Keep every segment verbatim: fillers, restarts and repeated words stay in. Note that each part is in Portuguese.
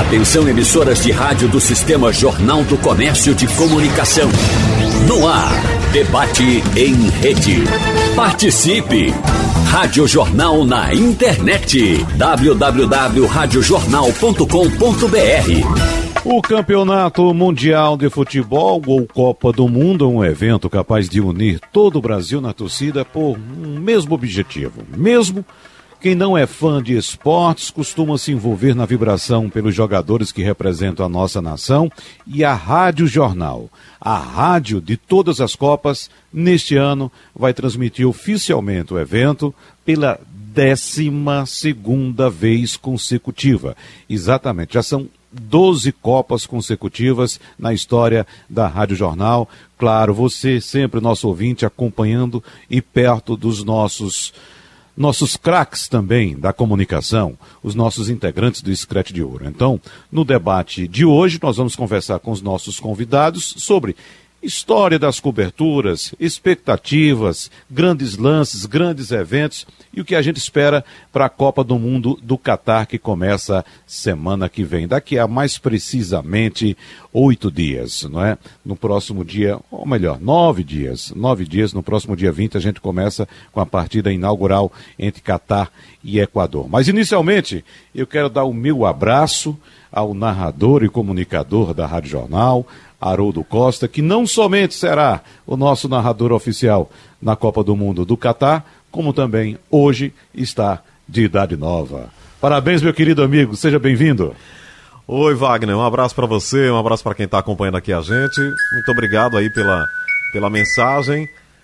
Atenção, emissoras de rádio do Sistema Jornal do Comércio de Comunicação. No ar, debate em rede. Participe! Rádio Jornal na internet. w w w ponto rádio jornal ponto com ponto b r. O Campeonato Mundial de Futebol, ou Copa do Mundo, é um evento capaz de unir todo o Brasil na torcida por um mesmo objetivo. Mesmo quem não é fã de esportes costuma se envolver na vibração pelos jogadores que representam a nossa nação, e a Rádio Jornal, a rádio de todas as Copas, neste ano vai transmitir oficialmente o evento pela décima segunda vez consecutiva. Exatamente, já são doze Copas consecutivas na história da Rádio Jornal. Claro, você sempre, nosso ouvinte, acompanhando e perto dos nossos nossos craques também da comunicação, os nossos integrantes do Scratch de Ouro. Então, no debate de hoje, nós vamos conversar com os nossos convidados sobre história das coberturas, expectativas, grandes lances, grandes eventos e o que a gente espera para a Copa do Mundo do Catar, que começa semana que vem, daqui a mais precisamente oito dias, não é? No próximo dia, ou melhor, nove dias, nove dias, no próximo dia vinte a gente começa com a partida inaugural entre Catar e Equador. Mas inicialmente eu quero dar o meu abraço ao narrador e comunicador da Rádio Jornal, Haroldo Costa, que não somente será o nosso narrador oficial na Copa do Mundo do Catar, como também hoje está de idade nova. Parabéns, meu querido amigo, seja bem-vindo. Oi, Wagner, um abraço para você, um abraço para quem está acompanhando aqui a gente. Muito obrigado aí pela, pela mensagem.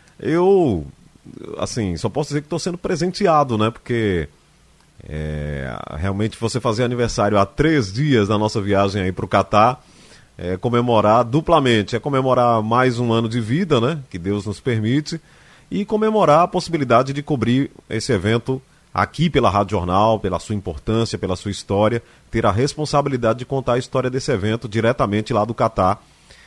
Eu, assim, só posso dizer que estou sendo presenteado, né, porque é, realmente você fazer aniversário há três dias da nossa viagem aí para o Catar, é comemorar duplamente, é comemorar mais um ano de vida, né, que Deus nos permite, e comemorar a possibilidade de cobrir esse evento aqui pela Rádio Jornal, pela sua importância, pela sua história, ter a responsabilidade de contar a história desse evento diretamente lá do Catar.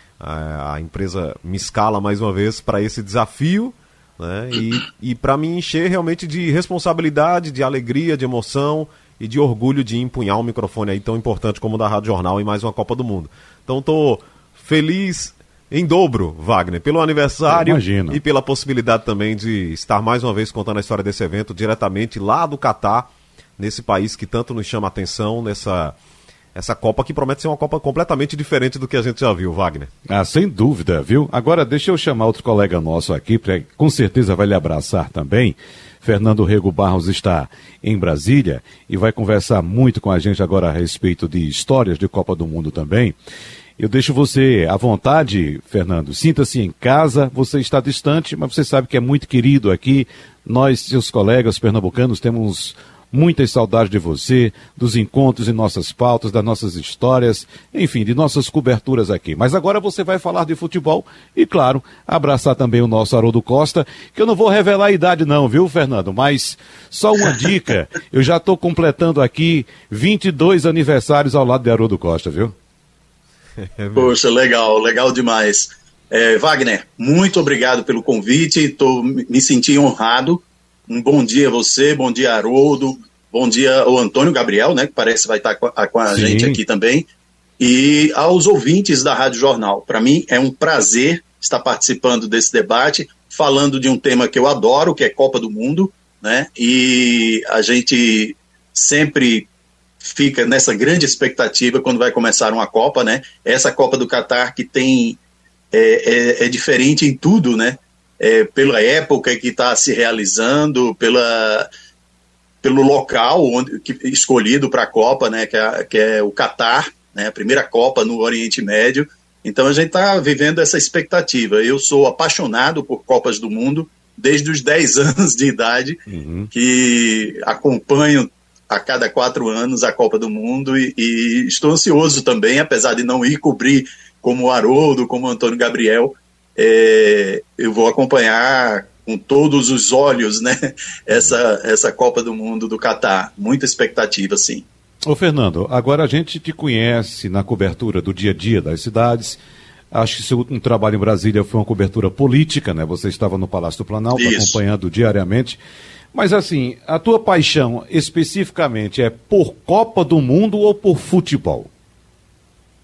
A, a empresa me escala mais uma vez para esse desafio, né, e, e para me encher realmente de responsabilidade, de alegria, de emoção e de orgulho de empunhar um microfone aí tão importante como o da Rádio Jornal em mais uma Copa do Mundo. Então estou feliz em dobro, Wagner, pelo aniversário e pela possibilidade também de estar mais uma vez contando a história desse evento diretamente lá do Catar, nesse país que tanto nos chama a atenção, nessa essa Copa que promete ser uma Copa completamente diferente do que a gente já viu, Wagner. Ah, sem dúvida, viu? Agora deixa eu chamar outro colega nosso aqui, pra, com certeza vai lhe abraçar também. Fernando Rego Barros está em Brasília e vai conversar muito com a gente agora a respeito de histórias de Copa do Mundo também. Eu deixo você à vontade, Fernando. Sinta-se em casa, você está distante, mas você sabe que é muito querido aqui. Nós, seus colegas pernambucanos, temos muitas saudades de você, dos encontros em nossas pautas, das nossas histórias, enfim, de nossas coberturas aqui. Mas agora você vai falar de futebol e, claro, abraçar também o nosso Haroldo Costa, que eu não vou revelar a idade não, viu, Fernando? Mas só uma dica, eu já estou completando aqui vinte e dois aniversários ao lado de Haroldo Costa, viu? Poxa, legal, legal demais. É, Wagner, muito obrigado pelo convite, estou me sentindo honrado. Um bom dia a você, bom dia Haroldo, bom dia ao Antônio Gabriel, né, que parece que vai estar com a, com a gente aqui também, e aos ouvintes da Rádio Jornal. Para mim é um prazer estar participando desse debate, falando de um tema que eu adoro, que é Copa do Mundo, né, e a gente sempre fica nessa grande expectativa quando vai começar uma Copa, né? Essa Copa do Catar que tem é, é, é diferente em tudo, né? É, pela época que está se realizando, pela, pelo local onde, que, escolhido para a Copa, né? Que é, que é o Catar, né? A primeira Copa no Oriente Médio. Então a gente está vivendo essa expectativa. Eu sou apaixonado por Copas do Mundo desde os dez anos de idade, uhum. que acompanho a cada quatro anos a Copa do Mundo e, e estou ansioso também, apesar de não ir cobrir como o Haroldo, como o Antônio Gabriel, é, eu vou acompanhar com todos os olhos, né, essa, essa Copa do Mundo do Catar. Muita expectativa, sim. Ô Fernando, agora a gente te conhece na cobertura do dia a dia das cidades. Acho que seu último trabalho em Brasília foi uma cobertura política, né? Você estava no Palácio do Planalto, Isso. acompanhando diariamente. Mas assim, a tua paixão especificamente é por Copa do Mundo ou por futebol?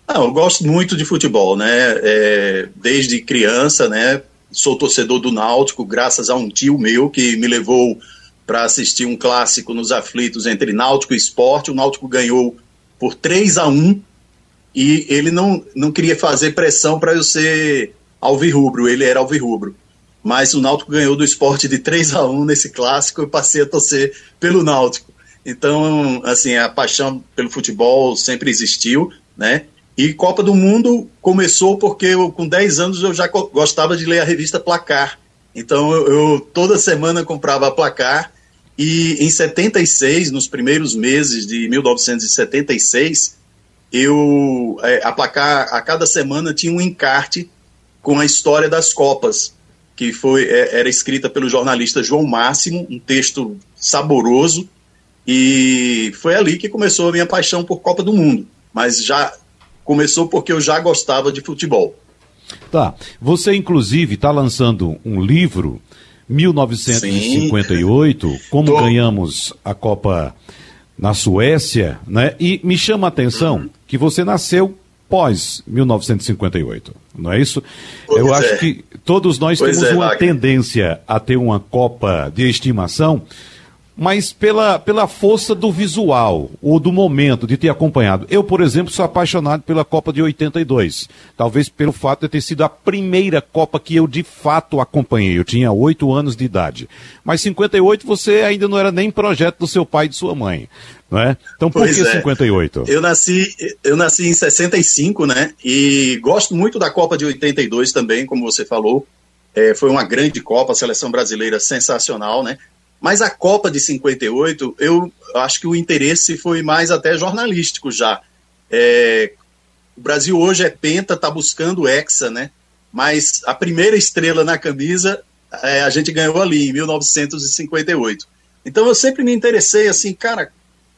Ah, eu gosto muito de futebol, né? É, desde criança, né? Sou torcedor do Náutico, graças a um tio meu que me levou para assistir um clássico nos aflitos entre Náutico e Sport. O Náutico ganhou por três a um e ele não, não queria fazer pressão para eu ser alvirrubro, ele era alvirrubro. Mas o Náutico ganhou do Sport de três a um nesse clássico, eu passei a torcer pelo Náutico. Então, assim, a paixão pelo futebol sempre existiu, né? E Copa do Mundo começou porque eu, com dez anos eu já gostava de ler a revista Placar. Então eu, eu toda semana comprava a Placar e em setenta e seis, nos primeiros meses de mil novecentos e setenta e seis, eu, é, a Placar a cada semana tinha um encarte com a história das Copas, que foi, é, era escrita pelo jornalista João Máximo, um texto saboroso, e foi ali que começou a minha paixão por Copa do Mundo. Mas já começou porque eu já gostava de futebol. Tá. Você, inclusive, está lançando um livro, mil novecentos e cinquenta e oito, Sim. como Tô. ganhamos a Copa na Suécia, né? E me chama a atenção uhum. que você nasceu pós mil novecentos e cinquenta e oito, não é isso? Pois eu é. acho que todos nós pois temos é, uma Wagner. tendência a ter uma Copa de estimação, mas pela, pela força do visual, ou do momento de ter acompanhado. Eu, por exemplo, sou apaixonado pela Copa de oitenta e dois, talvez pelo fato de ter sido a primeira Copa que eu de fato acompanhei. Eu tinha oito anos de idade. Mas cinquenta e oito você ainda não era nem projeto do seu pai e de sua mãe, não é? Então por pois que é. cinquenta e oito? Eu nasci, eu nasci em sessenta e cinco, né? E gosto muito da Copa de oitenta e dois também, como você falou. É, foi uma grande Copa, a seleção brasileira sensacional, né? Mas a Copa de cinquenta e oito, eu acho que o interesse foi mais até jornalístico já. É, o Brasil hoje é penta, está buscando hexa, né? Mas a primeira estrela na camisa é, a gente ganhou ali, em mil novecentos e cinquenta e oito. Então eu sempre me interessei assim, cara,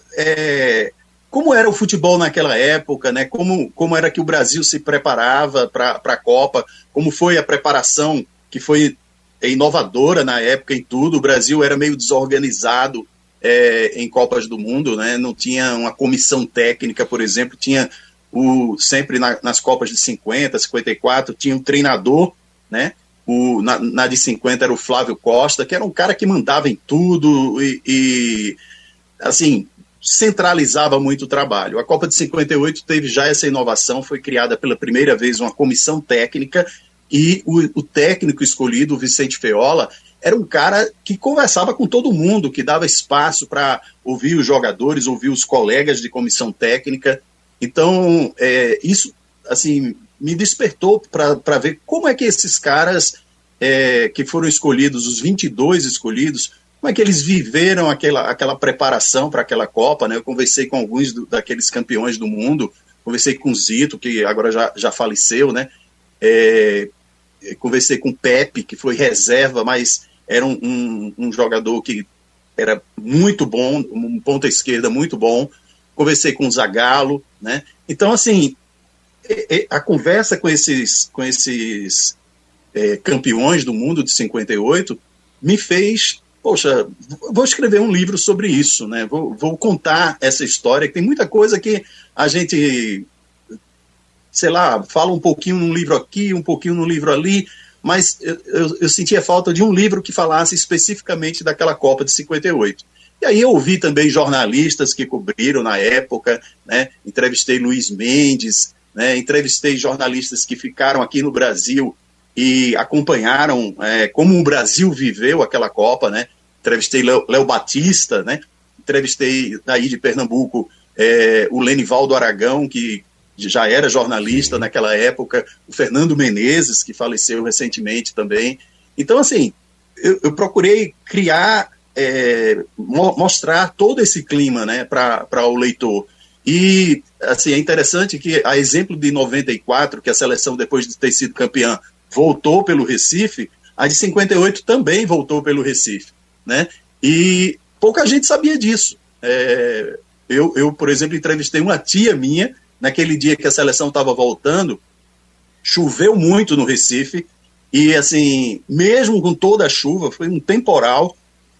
é, como era o futebol naquela época, né? Como, como era que o Brasil se preparava para a Copa, como foi a preparação que foi inovadora na época em tudo. O Brasil era meio desorganizado é, em Copas do Mundo, né? Não tinha uma comissão técnica, por exemplo, tinha o, sempre na, nas Copas de cinquenta, cinquenta e quatro, tinha um treinador, né? O, na, na de cinquenta era o Flávio Costa, que era um cara que mandava em tudo e, e assim, centralizava muito o trabalho. A Copa de cinquenta e oito teve já essa inovação, foi criada pela primeira vez uma comissão técnica. E o, o técnico escolhido, o Vicente Feola, era um cara que conversava com todo mundo, que dava espaço para ouvir os jogadores, ouvir os colegas de comissão técnica. Então, é, isso assim, me despertou para ver como é que esses caras é, que foram escolhidos, os vinte e dois escolhidos, como é que eles viveram aquela, aquela preparação para aquela Copa, né? Eu conversei com alguns do, daqueles campeões do mundo, conversei com o Zito, que agora já, já faleceu, né? É, conversei com o Pepe, que foi reserva, mas era um, um, um jogador que era muito bom, um ponta esquerda muito bom. Conversei com o Zagallo, né? Então, assim, a conversa com esses, com esses é, campeões do mundo de cinquenta e oito me fez, poxa, vou escrever um livro sobre isso, né? Vou, vou contar essa história, que tem muita coisa que a gente, sei lá, fala um pouquinho num livro aqui, um pouquinho num livro ali, mas eu, eu, eu sentia falta de um livro que falasse especificamente daquela Copa de cinquenta e oito. E aí eu ouvi também jornalistas que cobriram na época, né? Entrevistei Luiz Mendes, né? Entrevistei jornalistas que ficaram aqui no Brasil e acompanharam é, como o Brasil viveu aquela Copa, né? Entrevistei Léo, Léo Batista, né? Entrevistei daí de Pernambuco é, o Lenivaldo Aragão, que já era jornalista naquela época, o Fernando Menezes, que faleceu recentemente também. Então, assim, eu, eu procurei criar, é, mo- mostrar todo esse clima, né, para o leitor. E, assim, é interessante que, a exemplo de noventa e quatro, que a seleção, depois de ter sido campeã, voltou pelo Recife, a de cinquenta e oito também voltou pelo Recife, né? E pouca gente sabia disso. É, eu, eu, por exemplo, entrevistei uma tia minha, naquele dia que a seleção estava voltando, choveu muito no Recife, e assim, mesmo com toda a chuva, foi um temporal,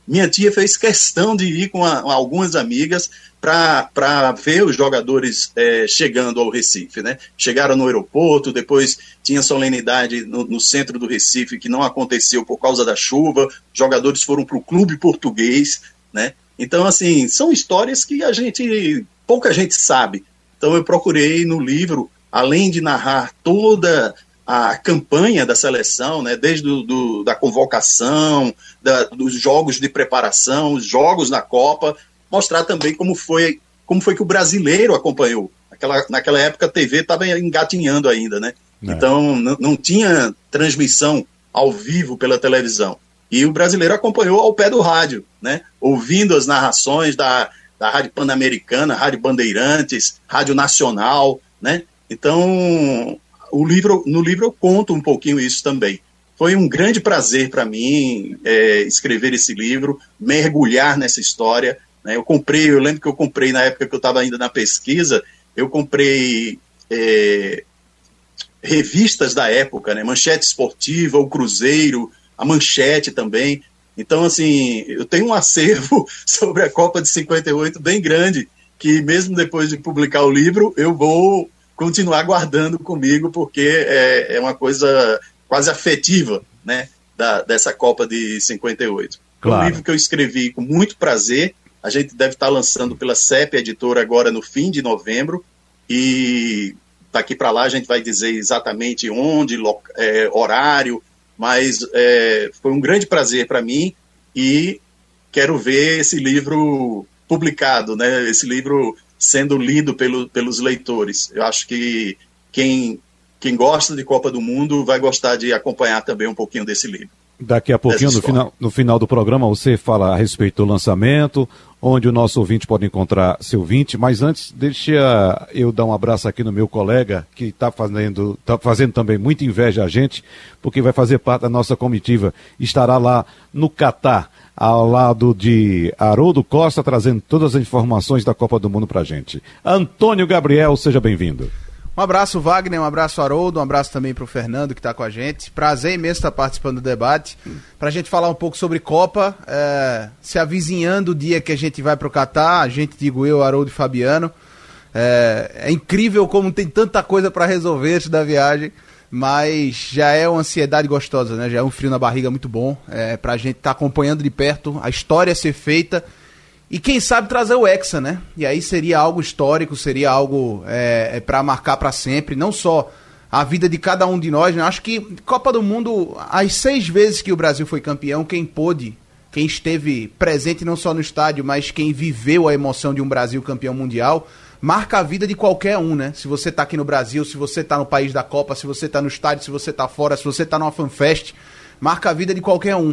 minha tia fez questão de ir com a, algumas amigas para ver os jogadores é, chegando ao Recife, né? Chegaram no aeroporto, depois tinha solenidade no, no centro do Recife, que não aconteceu por causa da chuva, jogadores foram para o clube português, né? Então, assim, são histórias que a gente, pouca gente sabe. Então eu procurei no livro, além de narrar toda a campanha da seleção, né, desde do, do, da convocação, da, dos jogos de preparação, os jogos na Copa, mostrar também como foi, como foi que o brasileiro acompanhou. Naquela, naquela época a T V estava engatinhando ainda, né? É. Então não, não tinha transmissão ao vivo pela televisão. E o brasileiro acompanhou ao pé do rádio, né? Ouvindo as narrações da, da Rádio Pan-Americana, Rádio Bandeirantes, Rádio Nacional, né? Então, o livro, no livro eu conto um pouquinho isso também. Foi um grande prazer para mim é, escrever esse livro, mergulhar nessa história, né? Eu comprei, eu lembro que eu comprei na época que eu estava ainda na pesquisa, eu comprei é, revistas da época, né? Manchete Esportiva, o Cruzeiro, a Manchete também. Então, assim, eu tenho um acervo sobre a Copa de cinquenta e oito bem grande, que mesmo depois de publicar o livro, eu vou continuar guardando comigo, porque é, é uma coisa quase afetiva, né, da, dessa Copa de cinquenta e oito. Claro. É um livro que eu escrevi com muito prazer, a gente deve estar lançando pela C E P Editora agora no fim de novembro, e daqui para lá a gente vai dizer exatamente onde, é, horário, mas é, foi um grande prazer para mim e quero ver esse livro publicado, né, esse livro sendo lido pelo, pelos leitores. Eu acho que quem, quem gosta de Copa do Mundo vai gostar de acompanhar também um pouquinho desse livro. Daqui a pouquinho, no final, no final do programa, você fala a respeito do lançamento, onde o nosso ouvinte pode encontrar seu ouvinte, mas antes, deixa eu dar um abraço aqui no meu colega, que está fazendo, tá fazendo também muita inveja a gente, porque vai fazer parte da nossa comitiva, estará lá no Catar, ao lado de Haroldo Costa, trazendo todas as informações da Copa do Mundo para a gente. Antônio Gabriel, seja bem-vindo. Um abraço, Wagner, um abraço, Haroldo, um abraço também para o Fernando, que está com a gente. Prazer imenso estar participando do debate. Para a gente falar um pouco sobre Copa, é, se avizinhando o dia que a gente vai para o Catar, a gente, digo eu, Haroldo e Fabiano. É, é incrível como tem tanta coisa para resolver antes da viagem, mas já é uma ansiedade gostosa, né? Já é um frio na barriga muito bom, é, para a gente estar tá acompanhando de perto, a história ser feita. E quem sabe trazer o Hexa, né? E aí seria algo histórico, seria algo é, é para marcar para sempre, não só a vida de cada um de nós, né? Acho que Copa do Mundo, as seis vezes que o Brasil foi campeão, quem pôde, quem esteve presente não só no estádio, mas quem viveu a emoção de um Brasil campeão mundial, marca a vida de qualquer um, né? Se você tá aqui no Brasil, se você tá no país da Copa, se você tá no estádio, se você tá fora, se você tá numa fanfest, marca a vida de qualquer um.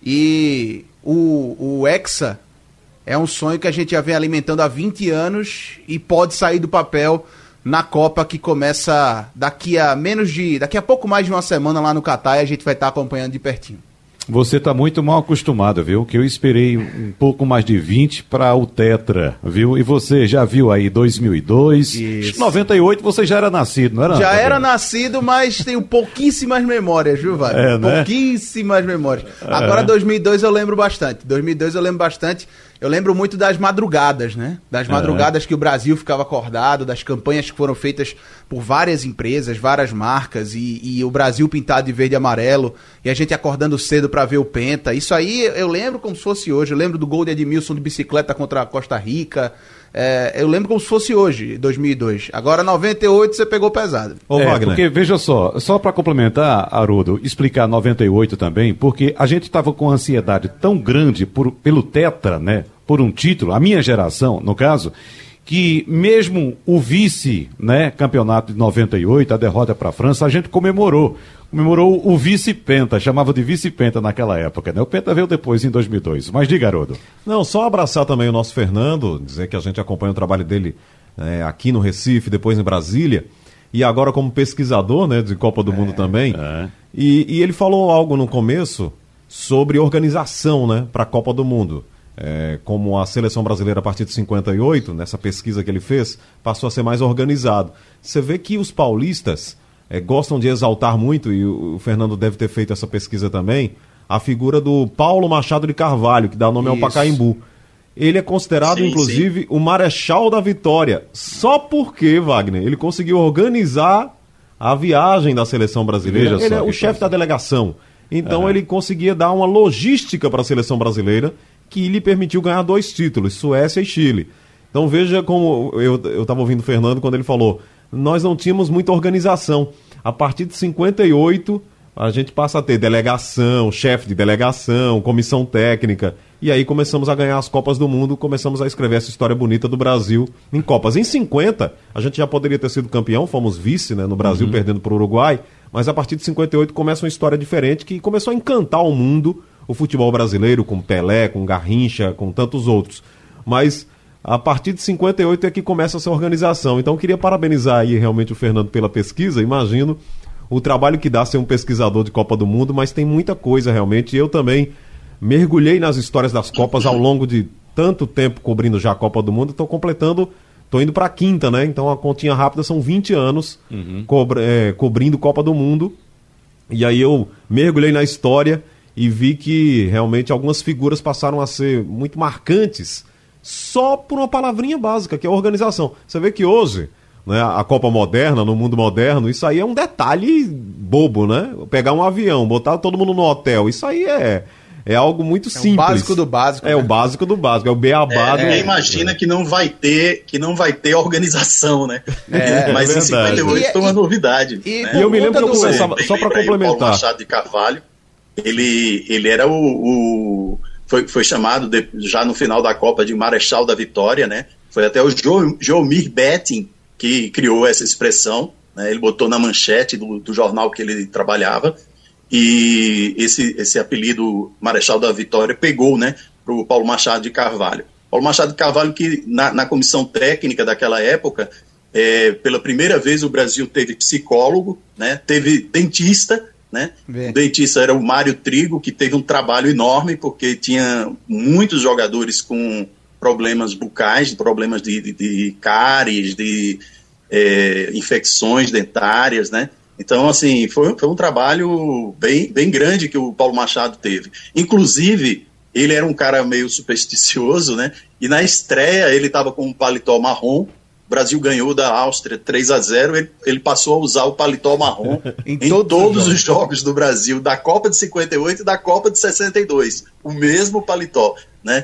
E o, o Hexa é um sonho que a gente já vem alimentando há vinte anos e pode sair do papel na Copa, que começa daqui a menos de... daqui a pouco mais de uma semana lá no Catar, e a gente vai estar acompanhando de pertinho. Você está muito mal acostumado, viu? Que eu esperei um pouco mais de vinte para o Tetra, viu? E você já viu aí dois mil e dois, Isso. noventa e oito você já era nascido, não era? Já era nascido, mas tenho pouquíssimas memórias, viu, Wagner? É, né? Pouquíssimas memórias. É. Agora dois mil e dois eu lembro bastante. dois mil e dois eu lembro bastante. Eu lembro muito das madrugadas, né? Das madrugadas é. que o Brasil ficava acordado, das campanhas que foram feitas por várias empresas, várias marcas, e, e o Brasil pintado de verde e amarelo, e a gente acordando cedo para ver o Penta. Isso aí eu lembro como se fosse hoje. Eu lembro do gol de Edmilson de bicicleta contra a Costa Rica. É, eu lembro como se fosse hoje, dois mil e dois. Agora, noventa e oito, você pegou pesado. Ô, é, Wagner. Porque, veja só, só para complementar, Haroldo, explicar noventa e oito também, porque a gente estava com ansiedade tão grande por, pelo Tetra, né, por um título, a minha geração, no caso, que mesmo o vice, né, campeonato de noventa e oito, a derrota para a França, a gente comemorou. Comemorou o vice-penta, chamava de vice-penta naquela época, né? O Penta veio depois, em dois mil e dois. Mas diga, Haroldo. Não, só abraçar também o nosso Fernando, dizer que a gente acompanha o trabalho dele é, aqui no Recife, depois em Brasília, e agora como pesquisador, né, de Copa do é, Mundo também. É. E, e ele falou algo no começo sobre organização, né, para a Copa do Mundo. É, como a seleção brasileira a partir de cinquenta e oito, nessa pesquisa que ele fez, passou a ser mais organizado. Você vê que os paulistas é, gostam de exaltar muito, e o, o Fernando deve ter feito essa pesquisa também, a figura do Paulo Machado de Carvalho, que dá nome Isso. ao Pacaembu. Ele é considerado, sim, inclusive, sim. o Marechal da Vitória, só porque, Wagner, ele conseguiu organizar a viagem da seleção brasileira. Veja ele é o chefe da delegação. Então, é. ele conseguia dar uma logística para a seleção brasileira que lhe permitiu ganhar dois títulos, Suécia e Chile. Então, veja como eu estava ouvindo o Fernando quando ele falou, nós não tínhamos muita organização. A partir de cinquenta e oito, a gente passa a ter delegação, chefe de delegação, comissão técnica, e aí começamos a ganhar as Copas do Mundo, começamos a escrever essa história bonita do Brasil em Copas. Em cinquenta, a gente já poderia ter sido campeão, fomos vice, né, no Brasil, uhum. perdendo para o Uruguai, mas a partir de cinquenta e oito começa uma história diferente que começou a encantar o mundo, o futebol brasileiro, com Pelé, com Garrincha, com tantos outros. Mas a partir de cinquenta e oito é que começa essa organização. Então eu queria parabenizar aí realmente o Fernando pela pesquisa, imagino o trabalho que dá ser um pesquisador de Copa do Mundo, mas tem muita coisa realmente. Eu também mergulhei nas histórias das Copas ao longo de tanto tempo cobrindo já a Copa do Mundo, estou completando, estou indo para a quinta, né? Então a continha rápida são vinte anos uhum. cobr- é, cobrindo Copa do Mundo, e aí eu mergulhei na história e vi que realmente algumas figuras passaram a ser muito marcantes só por uma palavrinha básica, que é a organização. Você vê que hoje, né, a Copa moderna, no mundo moderno, isso aí é um detalhe bobo, né? Pegar um avião, botar todo mundo no hotel, isso aí é, é algo muito é simples. É o básico do básico. É, né? o básico do básico, é o beabá. É, é, imagina é. que não vai ter, que não vai ter organização, né? É, Mas é em cinquenta e oito foi uma novidade. E, né? e eu me lembro que eu começava, só para complementar. O Paulo Machado de Carvalho, ele, ele era o... o foi, foi chamado, de, já no final da Copa, de Marechal da Vitória, né? Foi até o jo, Jomir Betting que criou essa expressão, né? Ele botou na manchete do, do jornal que ele trabalhava, e esse, esse apelido Marechal da Vitória pegou, né, para o Paulo Machado de Carvalho. Paulo Machado de Carvalho, que na, na comissão técnica daquela época, é, pela primeira vez o Brasil teve psicólogo, né, teve dentista, né? O dentista era o Mário Trigo, que teve um trabalho enorme, porque tinha muitos jogadores com problemas bucais, problemas de, de, de cáries, de é, infecções dentárias, né? Então, assim, foi, foi um trabalho bem, bem grande que o Paulo Machado teve. Inclusive, ele era um cara meio supersticioso, né? E na estreia ele estava com um paletó marrom. O Brasil ganhou da Áustria três a zero, ele, ele passou a usar o paletó marrom em, em todos, todos os, jogos. os jogos do Brasil, da Copa de cinquenta e oito e da Copa de sessenta e dois. O mesmo paletó, né?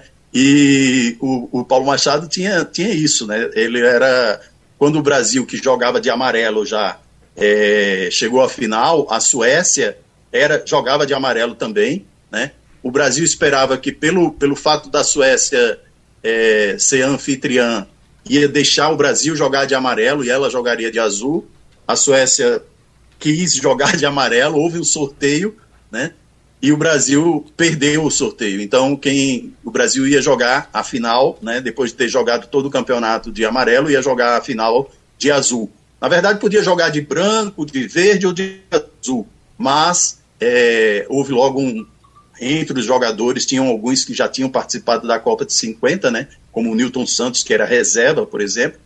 E o, o Paulo Machado tinha, tinha isso, né? Ele era... Quando o Brasil, que jogava de amarelo já, é, chegou à final, a Suécia era, jogava de amarelo também, né? O Brasil esperava que, pelo, pelo fato da Suécia é, ser anfitriã, ia deixar o Brasil jogar de amarelo e ela jogaria de azul. A Suécia quis jogar de amarelo, houve um sorteio, né? E o Brasil perdeu o sorteio. Então, quem o Brasil ia jogar a final, né? Depois de ter jogado todo o campeonato de amarelo, ia jogar a final de azul. Na verdade, podia jogar de branco, de verde ou de azul, mas é, houve logo um... Entre os jogadores, tinham alguns que já tinham participado da Copa de cinquenta, né? Como o Nilton Santos, que era reserva, por exemplo,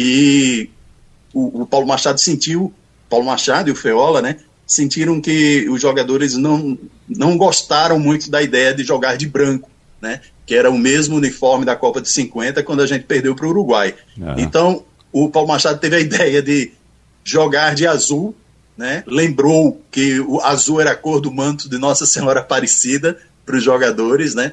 e o, o Paulo Machado sentiu, Paulo Machado e o Feola, né? Sentiram que os jogadores não, não gostaram muito da ideia de jogar de branco, né? Que era o mesmo uniforme da Copa de cinquenta, quando a gente perdeu para o Uruguai. Ah. Então, o Paulo Machado teve a ideia de jogar de azul, né? Lembrou que o azul era a cor do manto de Nossa Senhora Aparecida para os jogadores, né?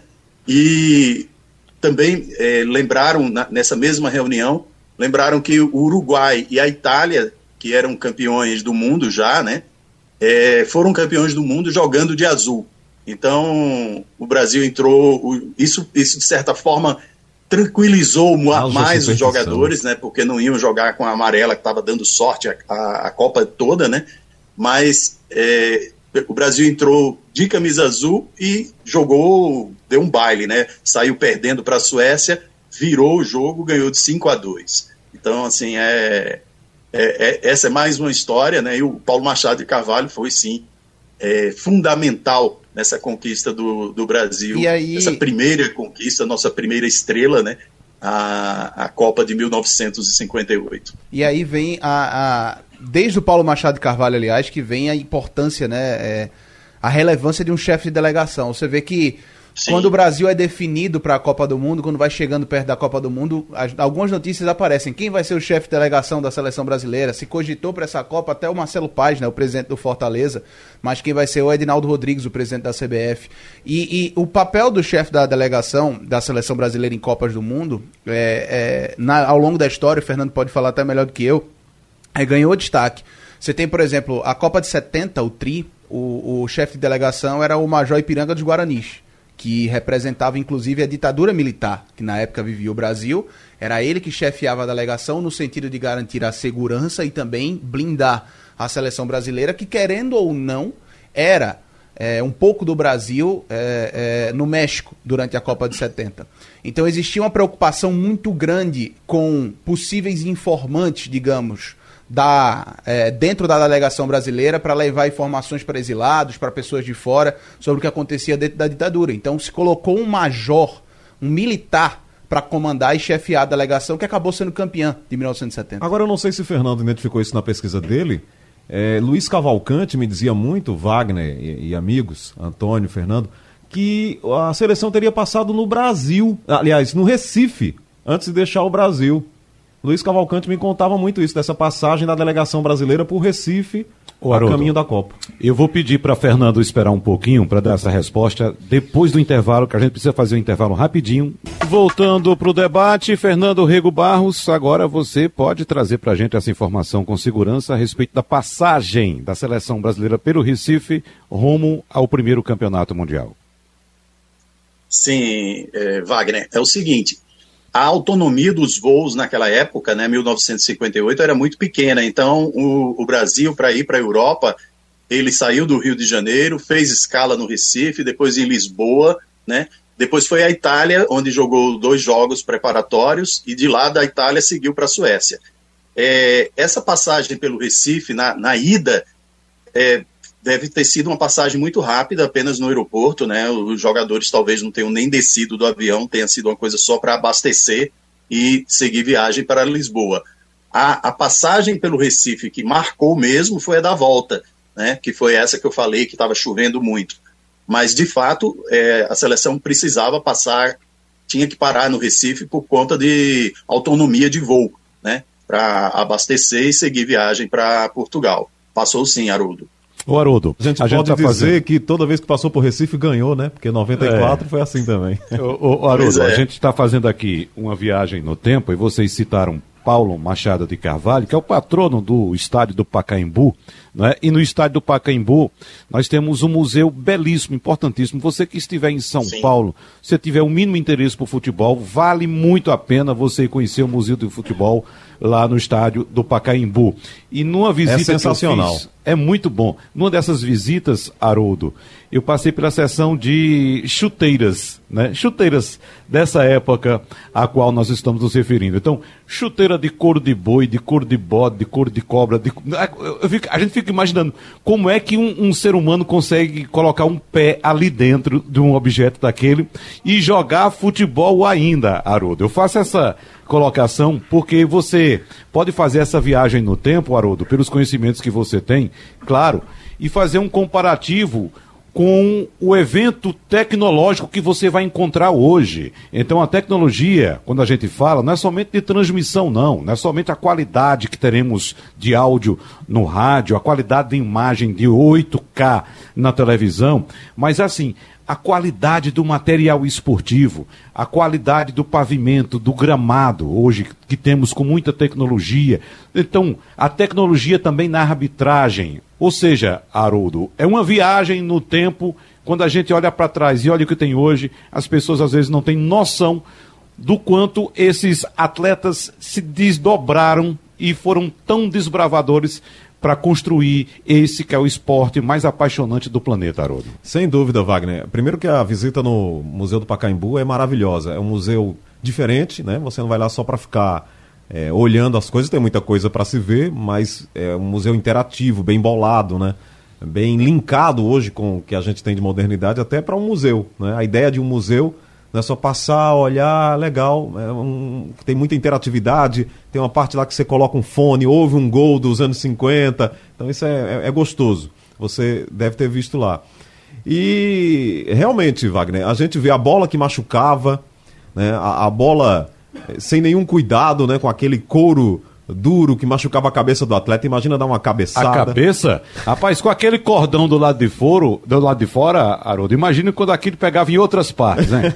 E também é, lembraram, na, nessa mesma reunião, lembraram que o Uruguai e a Itália, que eram campeões do mundo já, né? É, foram campeões do mundo jogando de azul. Então, o Brasil entrou... O, isso, isso, de certa forma, tranquilizou mais os jogadores, né? Porque não iam jogar com a amarela, que estava dando sorte a, a, a Copa toda, né? Mas é, o Brasil entrou de camisa azul e jogou, deu um baile, né? Saiu perdendo para a Suécia, virou o jogo, ganhou de cinco a dois. Então, assim, é, é, é, essa é mais uma história, né? E o Paulo Machado de Carvalho foi, sim, é, fundamental nessa conquista do, do Brasil, e aí... essa primeira conquista, nossa primeira estrela, né? A, a Copa de mil novecentos e cinquenta e oito. E aí vem a, a... Desde o Paulo Machado de Carvalho, aliás, que vem a importância, né? É, a relevância de um chefe de delegação. Você vê que Sim. quando o Brasil é definido para a Copa do Mundo, quando vai chegando perto da Copa do Mundo, as, algumas notícias aparecem. Quem vai ser o chefe de delegação da seleção brasileira? Se cogitou para essa Copa até o Marcelo Paes, né, o presidente do Fortaleza, mas quem vai ser o Edinaldo Rodrigues, o presidente da C B F. E, e o papel do chefe da delegação da seleção brasileira em Copas do Mundo, é, é, na, ao longo da história, o Fernando pode falar até melhor do que eu, é, ganhou destaque. Você tem, por exemplo, a Copa de setenta, o Tri, o, o chefe de delegação era o Major Ipiranga dos Guaranis, que representava inclusive a ditadura militar, que na época vivia o Brasil. Era ele que chefiava a delegação no sentido de garantir a segurança e também blindar a seleção brasileira, que querendo ou não, era é, um pouco do Brasil é, é, no México durante a Copa de setenta. Então existia uma preocupação muito grande com possíveis informantes, digamos, Da, é, dentro da delegação brasileira para levar informações para exilados, para pessoas de fora, sobre o que acontecia dentro da ditadura. Então se colocou um major, um militar, para comandar e chefiar a delegação, que acabou sendo campeã de mil novecentos e setenta. Agora eu não sei se o Fernando identificou isso na pesquisa dele. É, Luiz Cavalcante me dizia muito, Wagner e, e amigos, Antônio, Fernando, que a seleção teria passado no Brasil, aliás, no Recife, antes de deixar o Brasil. Luiz Cavalcante me contava muito isso, dessa passagem da delegação brasileira por Recife, o caminho da Copa. Eu vou pedir para Fernando esperar um pouquinho para dar essa resposta depois do intervalo, que a gente precisa fazer um intervalo rapidinho. Voltando para o debate, Fernando Rego Barros, agora você pode trazer para a gente essa informação com segurança a respeito da passagem da seleção brasileira pelo Recife rumo ao primeiro campeonato mundial. Sim, é, Wagner, é o seguinte... A autonomia dos voos naquela época, né, mil novecentos e cinquenta e oito, era muito pequena. Então, o, o Brasil, para ir para a Europa, ele saiu do Rio de Janeiro, fez escala no Recife, depois em Lisboa, né? Depois foi à Itália, onde jogou dois jogos preparatórios, e de lá da Itália seguiu para a Suécia. É, essa passagem pelo Recife, na, na ida, é, deve ter sido uma passagem muito rápida, apenas no aeroporto, né? Os jogadores talvez não tenham nem descido do avião, tenha sido uma coisa só para abastecer e seguir viagem para Lisboa. A, a passagem pelo Recife que marcou mesmo foi a da volta, né? Que foi essa que eu falei, que estava chovendo muito. Mas, de fato, é, a seleção precisava passar, tinha que parar no Recife por conta de autonomia de voo, né? Para abastecer e seguir viagem para Portugal. Passou sim, Haroldo. O Haroldo, a gente a pode gente tá dizer fazendo... que toda vez que passou por Recife ganhou, né? Porque em noventa e quatro é. foi assim também. O, o Haroldo, é. a gente está fazendo aqui uma viagem no tempo e vocês citaram Paulo Machado de Carvalho, que é o patrono do estádio do Pacaembu, né? E no estádio do Pacaembu nós temos um museu belíssimo, importantíssimo. Você que estiver em São Sim. Paulo, se tiver o mínimo interesse por futebol, vale muito a pena você conhecer o Museu do Futebol lá no estádio do Pacaembu. E numa visita é sensacional. Que eu fiz, é muito bom. Numa dessas visitas, Haroldo, eu passei pela seção de chuteiras, né? Chuteiras dessa época a qual nós estamos nos referindo. Então, chuteira de couro de boi, de couro de bode, de couro de cobra. De... Eu fico, a gente fica imaginando como é que um, um ser humano consegue colocar um pé ali dentro de um objeto daquele e jogar futebol ainda, Haroldo. Eu faço essa colocação porque você pode fazer essa viagem no tempo, Haroldo, pelos conhecimentos que você tem, claro, e fazer um comparativo com o evento tecnológico que você vai encontrar hoje. Então a tecnologia, quando a gente fala, não é somente de transmissão, não, não é somente a qualidade que teremos de áudio no rádio, a qualidade de imagem de oito K na televisão, mas assim, a qualidade do material esportivo, a qualidade do pavimento, do gramado, hoje que temos com muita tecnologia. Então, a tecnologia também na arbitragem. Ou seja, Haroldo, é uma viagem no tempo, quando a gente olha para trás e olha o que tem hoje, as pessoas às vezes não têm noção do quanto esses atletas se desdobraram e foram tão desbravadores para construir esse que é o esporte mais apaixonante do planeta, Haroldo. Sem dúvida, Wagner. Primeiro que a visita no Museu do Pacaembu é maravilhosa. É um museu diferente, né? Você não vai lá só para ficar é, olhando as coisas, tem muita coisa para se ver, mas é um museu interativo, bem bolado, né? Bem linkado hoje com o que a gente tem de modernidade, até para um museu, né? A ideia de um museu não é só passar, olhar, legal, é um, tem muita interatividade, tem uma parte lá que você coloca um fone, ouve um gol dos anos cinquenta, então isso é, é, é gostoso, você deve ter visto lá. E realmente, Wagner, a gente vê a bola que machucava, né, a, a bola sem nenhum cuidado, né, com aquele couro duro que machucava a cabeça do atleta. Imagina dar uma cabeçada. A cabeça? Rapaz, com aquele cordão do lado de fora, do lado de fora, Haroldo, imagina quando aquilo pegava em outras partes, né?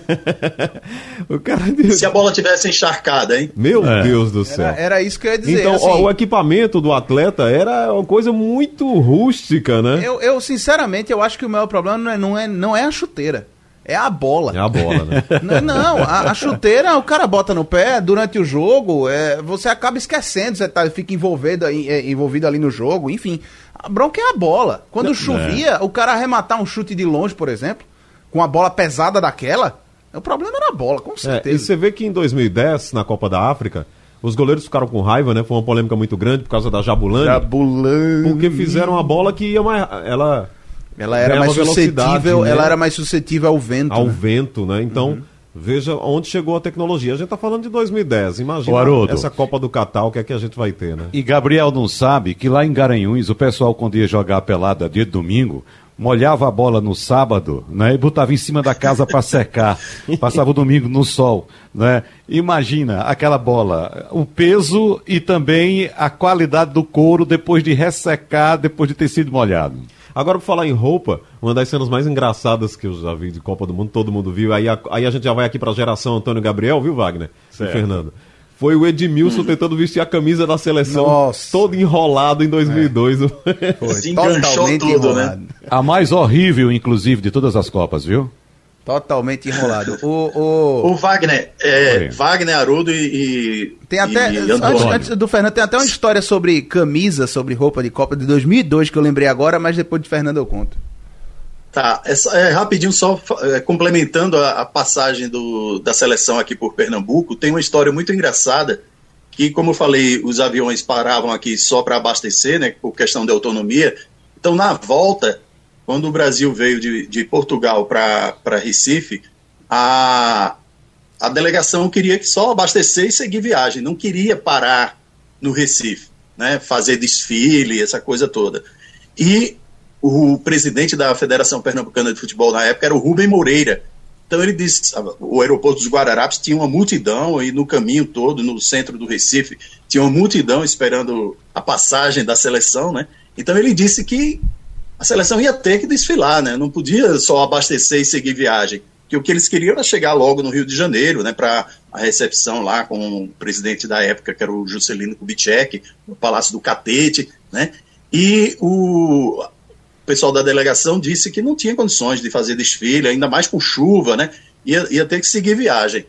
O cara... Se a bola tivesse encharcada, hein? Meu é. Deus do céu. Era, era isso que eu ia dizer. Então, assim, ó, o equipamento do atleta era uma coisa muito rústica, né? Eu, eu, sinceramente, eu acho que o maior problema não é, não é, não é a chuteira. É a bola. É a bola, né? Não, não a, a chuteira o cara bota no pé durante o jogo, é, você acaba esquecendo, você tá, fica envolvido, é, envolvido ali no jogo, enfim. A bronca é a bola. Quando chovia, é. o cara arrematar um chute de longe, por exemplo, com a bola pesada daquela, o problema era a bola, com certeza. É, e você vê que em dois mil e dez, na Copa da África, os goleiros ficaram com raiva, né? Foi uma polêmica muito grande por causa da Jabulani. Jabulani. Porque fizeram uma bola que ia mais... Ela... Ela era mais suscetível, né? Ela era mais suscetível ao vento. Ao né? vento, né? Então, uhum. veja onde chegou a tecnologia. A gente tá falando de dois mil e dez. Imagina essa Copa do Catar, o que é que a gente vai ter, né? E Gabriel não sabe que lá em Garanhuns, o pessoal, quando ia jogar a pelada dia de domingo, molhava a bola no sábado, né? E botava em cima da casa para secar. Passava o domingo no sol, né? Imagina aquela bola, o peso e também a qualidade do couro depois de ressecar, depois de ter sido molhado. Agora, por falar em roupa, uma das cenas mais engraçadas que eu já vi de Copa do Mundo, todo mundo viu, aí a, aí a gente já vai aqui pra geração Antônio Gabriel, viu, Wagner? Certo. E Fernando. Foi o Edmilson hum. tentando vestir a camisa da seleção, Nossa. todo enrolado em dois mil e dois. É. Foi. Se enganchou tudo, enrolado. né? A mais horrível, inclusive, de todas as Copas, viu? Totalmente enrolado. O, o... o Wagner, é, Wagner, Haroldo e, tem até, e antes, antes do Fernando, tem até uma história sobre camisa, sobre roupa de Copa de dois mil e dois que eu lembrei agora, mas depois de Fernando eu conto. Tá, é, é, rapidinho só é, complementando a, a passagem do, da seleção aqui por Pernambuco, tem uma história muito engraçada que, como eu falei, os aviões paravam aqui só para abastecer, né, por questão de autonomia. Então, na volta, quando o Brasil veio de, de Portugal para Recife, a, a delegação queria que só abastecer e seguir viagem, não queria parar no Recife, né, fazer desfile, essa coisa toda. E o presidente da Federação Pernambucana de Futebol na época era o Rubem Moreira. Então ele disse, o aeroporto dos Guararapes tinha uma multidão, e no caminho todo, no centro do Recife, tinha uma multidão esperando a passagem da seleção, né? Então ele disse que a seleção ia ter que desfilar, né? Não podia só abastecer e seguir viagem, que o que eles queriam era chegar logo no Rio de Janeiro, né, para a recepção lá com o presidente da época, que era o Juscelino Kubitschek, no Palácio do Catete, né? E o pessoal da delegação disse que não tinha condições de fazer desfile, ainda mais com chuva, né? Ia, ia ter que seguir viagem.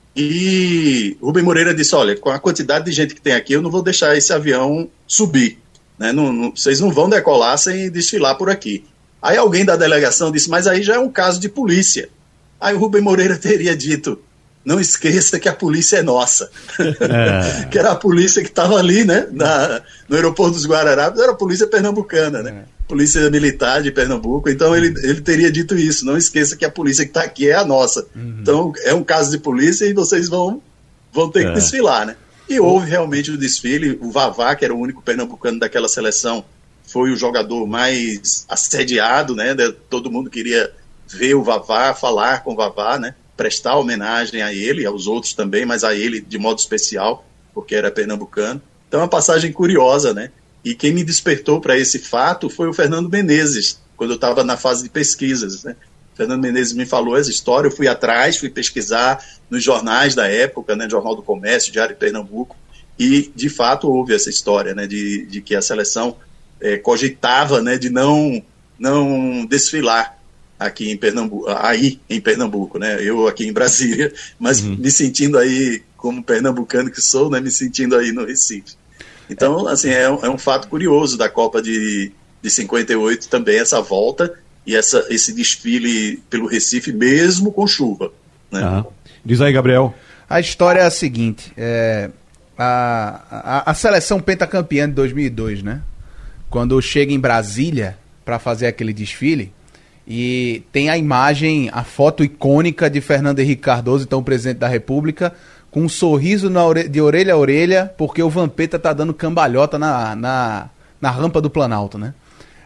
E Rubem Moreira disse, olha, com a quantidade de gente que tem aqui, eu não vou deixar esse avião subir. Né? Não, não, vocês não vão decolar sem desfilar por aqui. Aí alguém da delegação disse, mas aí já é um caso de polícia. Aí o Rubem Moreira teria dito, não esqueça que a polícia é nossa. É. Que era a polícia que estava ali, né, na, no aeroporto dos Guararapes, era a polícia pernambucana, né? É. Polícia Militar de Pernambuco. Então ele, ele teria dito isso, não esqueça que a polícia que está aqui é a nossa. Uhum. Então é um caso de polícia e vocês vão, vão ter é. que desfilar, né? E houve realmente o desfile. O Vavá, que era o único pernambucano daquela seleção, foi o jogador mais assediado, né? Todo mundo queria ver o Vavá, falar com o Vavá, né? Prestar homenagem a ele, aos outros também, mas a ele de modo especial, porque era pernambucano. Então é uma passagem curiosa, né? E quem me despertou para esse fato foi o Fernando Menezes, quando eu estava na fase de pesquisas, né? Fernando Menezes me falou essa história, eu fui atrás, fui pesquisar nos jornais da época, né, Jornal do Comércio, Diário de Pernambuco, e de fato houve essa história, né, de, de que a seleção é, cogitava, né, de não, não desfilar aqui em Pernambuco, aí em Pernambuco, né, eu aqui em Brasília, mas uhum. me sentindo aí, como pernambucano que sou, né, me sentindo aí no Recife. Então, assim, é um, é um fato curioso da Copa de, de cinquenta e oito também, essa volta, e essa, esse desfile pelo Recife, mesmo com chuva. Né? Ah, diz aí, Gabriel. A história é a seguinte, é, a, a, a seleção pentacampeã de dois mil e dois, né? Quando chega em Brasília para fazer aquele desfile, e tem a imagem, a foto icônica de Fernando Henrique Cardoso, então presidente da República, com um sorriso na ore- de orelha a orelha, porque o Vampeta tá dando cambalhota na, na, na rampa do Planalto, né?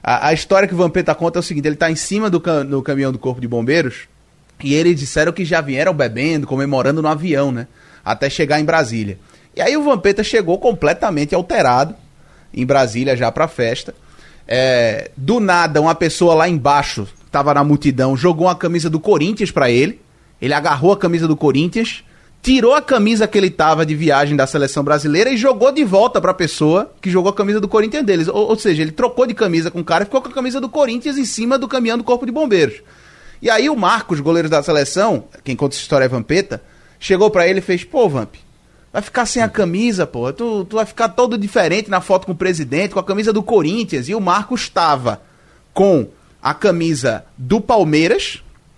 A, a história que o Vampeta conta é o seguinte, ele tá em cima do, cam- do caminhão do Corpo de Bombeiros e eles disseram que já vieram bebendo, comemorando no avião, né? Até chegar em Brasília. E aí o Vampeta chegou completamente alterado em Brasília já pra festa. É, do nada, uma pessoa lá embaixo, tava na multidão, jogou uma camisa do Corinthians pra ele. Ele agarrou a camisa do Corinthians, tirou a camisa que ele tava de viagem da seleção brasileira e jogou de volta pra pessoa que jogou a camisa do Corinthians deles. Ou, ou seja, ele trocou de camisa com o cara e ficou com a camisa do Corinthians em cima do caminhão do Corpo de Bombeiros. E aí o Marcos, goleiro da seleção, quem conta essa história é Vampeta, chegou pra ele e fez, pô, Vamp, vai ficar sem a camisa, pô. Tu, tu vai ficar todo diferente na foto com o presidente, com a camisa do Corinthians. E o Marcos estava com a camisa do Palmeiras,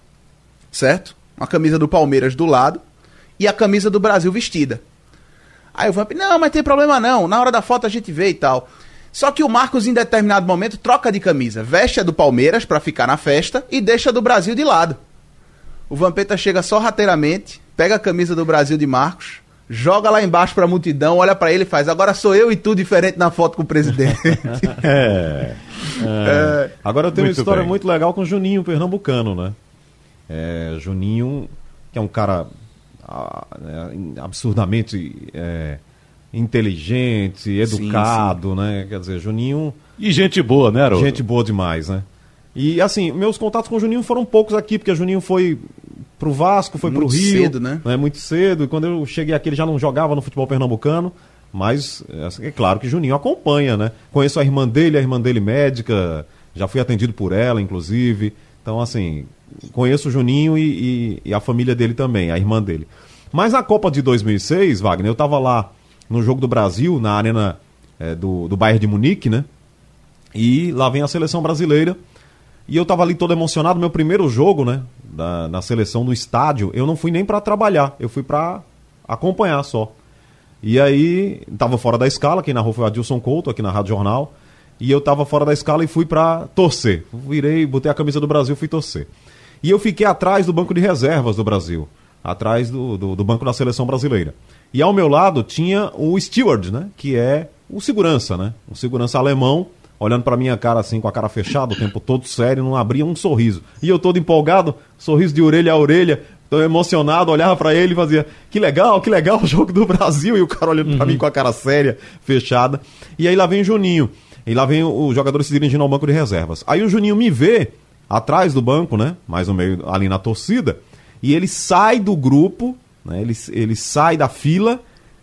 certo? Uma camisa do Palmeiras do lado e a camisa do Brasil vestida. Aí o Vamp, não, mas tem problema não. Na hora da foto a gente vê e tal. Só que o Marcos, em determinado momento, troca de camisa. Veste a do Palmeiras pra ficar na festa e deixa a do Brasil de lado. O Vampeta chega sorrateiramente, pega a camisa do Brasil de Marcos, joga lá embaixo pra multidão, olha pra ele e faz, agora sou eu e tu diferente na foto com o presidente. é, é. É. Agora eu tenho muito uma história bem. muito legal com o Juninho Pernambucano, né? É, Juninho, que é um cara ah, é, absurdamente é, inteligente, educado, sim, sim. né? Quer dizer, Juninho... E gente boa, né, Haroldo? Gente boa demais, né? E assim, meus contatos com o Juninho foram poucos aqui, porque o Juninho foi pro Vasco, foi muito pro Rio. Muito cedo, né? né? Muito cedo. E quando eu cheguei aqui, ele já não jogava no futebol pernambucano. Mas é claro que Juninho acompanha, né? Conheço a irmã dele, a irmã dele médica. Já fui atendido por ela, inclusive. Então, assim, conheço o Juninho e, e, e a família dele também, a irmã dele. Mas na Copa de dois mil e seis, Wagner, eu tava lá no Jogo do Brasil, na arena é, do, do Bayern de Munique, né? E lá vem a seleção brasileira. E eu tava ali todo emocionado, meu primeiro jogo, né, da, na seleção no estádio, eu não fui nem pra trabalhar, eu fui pra acompanhar só. E aí, tava fora da escala, quem narrou foi o Adilson Couto, aqui na Rádio Jornal, e eu tava fora da escala e fui pra torcer. Virei, botei a camisa do Brasil e fui torcer. E eu fiquei atrás do banco de reservas do Brasil, atrás do, do, do banco da seleção brasileira. E ao meu lado tinha o steward, né, que é o segurança, né, um segurança alemão, olhando pra minha cara assim, com a cara fechada, o tempo todo sério, não abria um sorriso. E eu todo empolgado, sorriso de orelha a orelha, tô emocionado, olhava pra ele e fazia, que legal, que legal o jogo do Brasil. E o cara olhando pra uhum. mim com a cara séria, fechada. E aí lá vem o Juninho. E lá vem o jogador se dirigindo ao banco de reservas. Aí o Juninho me vê atrás do banco, né? Mais no meio, ali na torcida. E ele sai do grupo, né? Ele, ele sai da fila.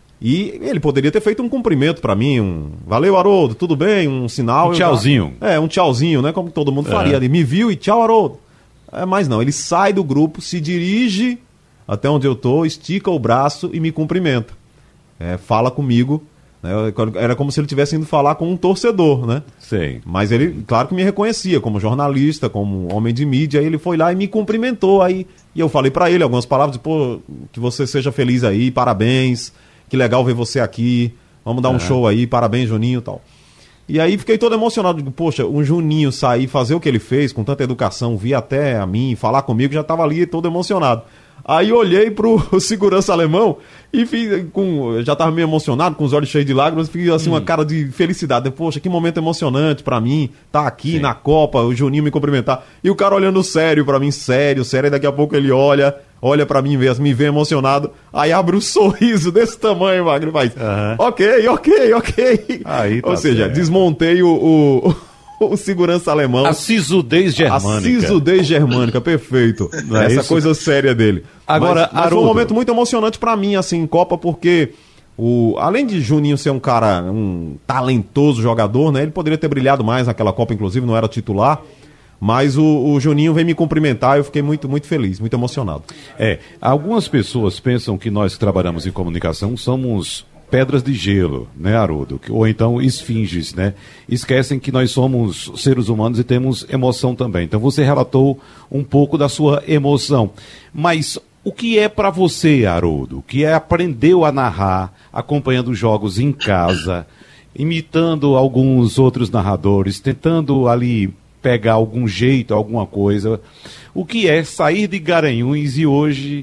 E ele poderia ter feito um cumprimento pra mim, um valeu, Haroldo, tudo bem, um sinal. Um tchauzinho. Já... É, um tchauzinho, né? Como todo mundo faria. É. Ele me viu e tchau, Haroldo. É, mas não, ele sai do grupo, se dirige até onde eu tô, estica o braço e me cumprimenta. É, fala comigo. Né? Era como se ele estivesse indo falar com um torcedor, né? Sei. Mas ele, claro que me reconhecia como jornalista, como homem de mídia. Aí ele foi lá e me cumprimentou. Aí, e eu falei pra ele algumas palavras, pô, que você seja feliz aí, parabéns. Que legal ver você aqui, vamos dar um uhum. show aí, parabéns, Juninho e tal. E aí fiquei todo emocionado, digo, poxa, um Juninho sair, fazer o que ele fez, com tanta educação, vir até a mim, falar comigo, já estava ali todo emocionado. Aí olhei pro segurança alemão e fiz, com, já estava meio emocionado, com os olhos cheios de lágrimas, fiz assim hum. uma cara de felicidade. Poxa, que momento emocionante pra mim, tá aqui Sim. na Copa, o Juninho me cumprimentar. E o cara olhando sério pra mim, sério, sério, e daqui a pouco ele olha... Olha pra mim mesmo, me vê emocionado. Aí abre um sorriso desse tamanho, Wagner. Mas, uhum. ok, ok, ok. Aí tá Ou seja, certo. desmontei o, o, o segurança alemão. A sisudez germânica. A sisudez germânica, perfeito. Não é Essa isso? coisa séria dele. Agora, mas, mas foi um momento muito emocionante pra mim, assim, em Copa, porque... O, além de Juninho ser um cara, um talentoso jogador, né? Ele poderia ter brilhado mais naquela Copa, inclusive, não era titular. Mas o, o Juninho veio me cumprimentar e eu fiquei muito, muito feliz, muito emocionado. É, algumas pessoas pensam que nós que trabalhamos em comunicação somos pedras de gelo, né, Haroldo? Ou então esfinges, né? Esquecem que nós somos seres humanos e temos emoção também. Então você relatou um pouco da sua emoção. Mas o que é para você, Haroldo, que é aprendeu a narrar, acompanhando jogos em casa, imitando alguns outros narradores, tentando ali... pegar algum jeito, alguma coisa, o que é sair de Garanhuns e hoje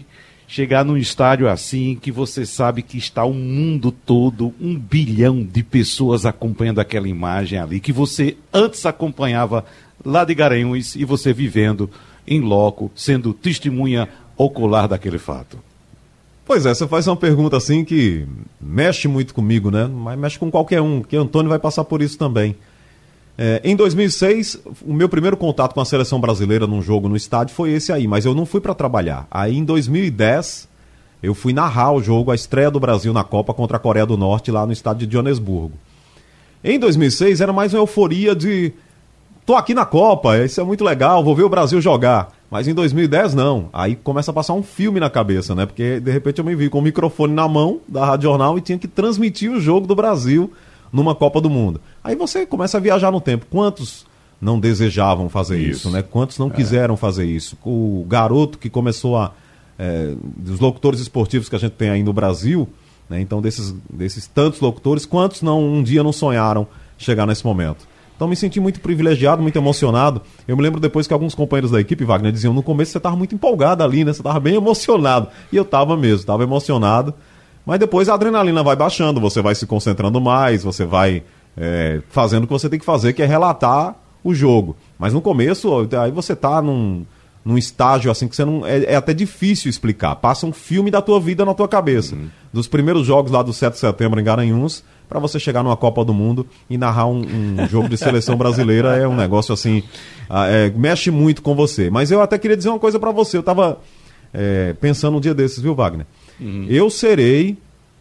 chegar num estádio assim, que você sabe que está o mundo todo, um bilhão de pessoas acompanhando aquela imagem ali, que você antes acompanhava lá de Garanhuns e você vivendo em loco, sendo testemunha ocular daquele fato? Pois é, você faz uma pergunta assim que mexe muito comigo, né? Mas mexe com qualquer um, que o Antônio vai passar por isso também. É, em dois mil e seis, o meu primeiro contato com a seleção brasileira num jogo no estádio foi esse aí, mas eu não fui para trabalhar. Aí em dois mil e dez, eu fui narrar o jogo, a estreia do Brasil na Copa contra a Coreia do Norte, lá no estádio de Joanesburgo. Em dois mil e seis era mais uma euforia de... tô aqui na Copa, isso é muito legal, vou ver o Brasil jogar. Mas em dois mil e dez não, aí começa a passar um filme na cabeça, né? Porque de repente eu me vi com o microfone na mão da Rádio Jornal e tinha que transmitir o jogo do Brasil numa Copa do Mundo. Aí você começa a viajar no tempo. Quantos não desejavam fazer isso, isso né? Quantos não é. quiseram fazer isso? O garoto que começou a... É, dos locutores esportivos que a gente tem aí no Brasil, né? Então desses, desses tantos locutores, quantos não um dia não sonharam chegar nesse momento? Então me senti muito privilegiado, muito emocionado. Eu me lembro depois que alguns companheiros da equipe, Wagner, diziam, no começo você estava muito empolgado ali, né? Você estava bem emocionado. E eu estava mesmo, estava emocionado. Mas depois a adrenalina vai baixando, você vai se concentrando mais, você vai é, fazendo o que você tem que fazer, que é relatar o jogo. Mas no começo, aí você está num, num estágio assim que você não, é, é até difícil explicar. Passa um filme da tua vida na tua cabeça. Uhum. Dos primeiros jogos lá do sete de setembro em Garanhuns, para você chegar numa Copa do Mundo e narrar um, um jogo de seleção brasileira é um negócio assim, é, mexe muito com você. Mas eu até queria dizer uma coisa para você, eu estava é, pensando um dia desses, viu, Wagner? Uhum. Eu serei,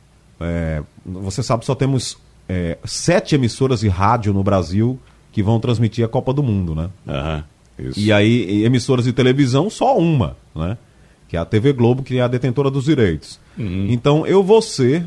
é, você sabe, só temos é, sete emissoras de rádio no Brasil que vão transmitir a Copa do Mundo, né? Uhum, isso. E aí, emissoras de televisão, só uma, né? Que é a T V Globo, que é a detentora dos direitos. Uhum. Então, eu vou ser...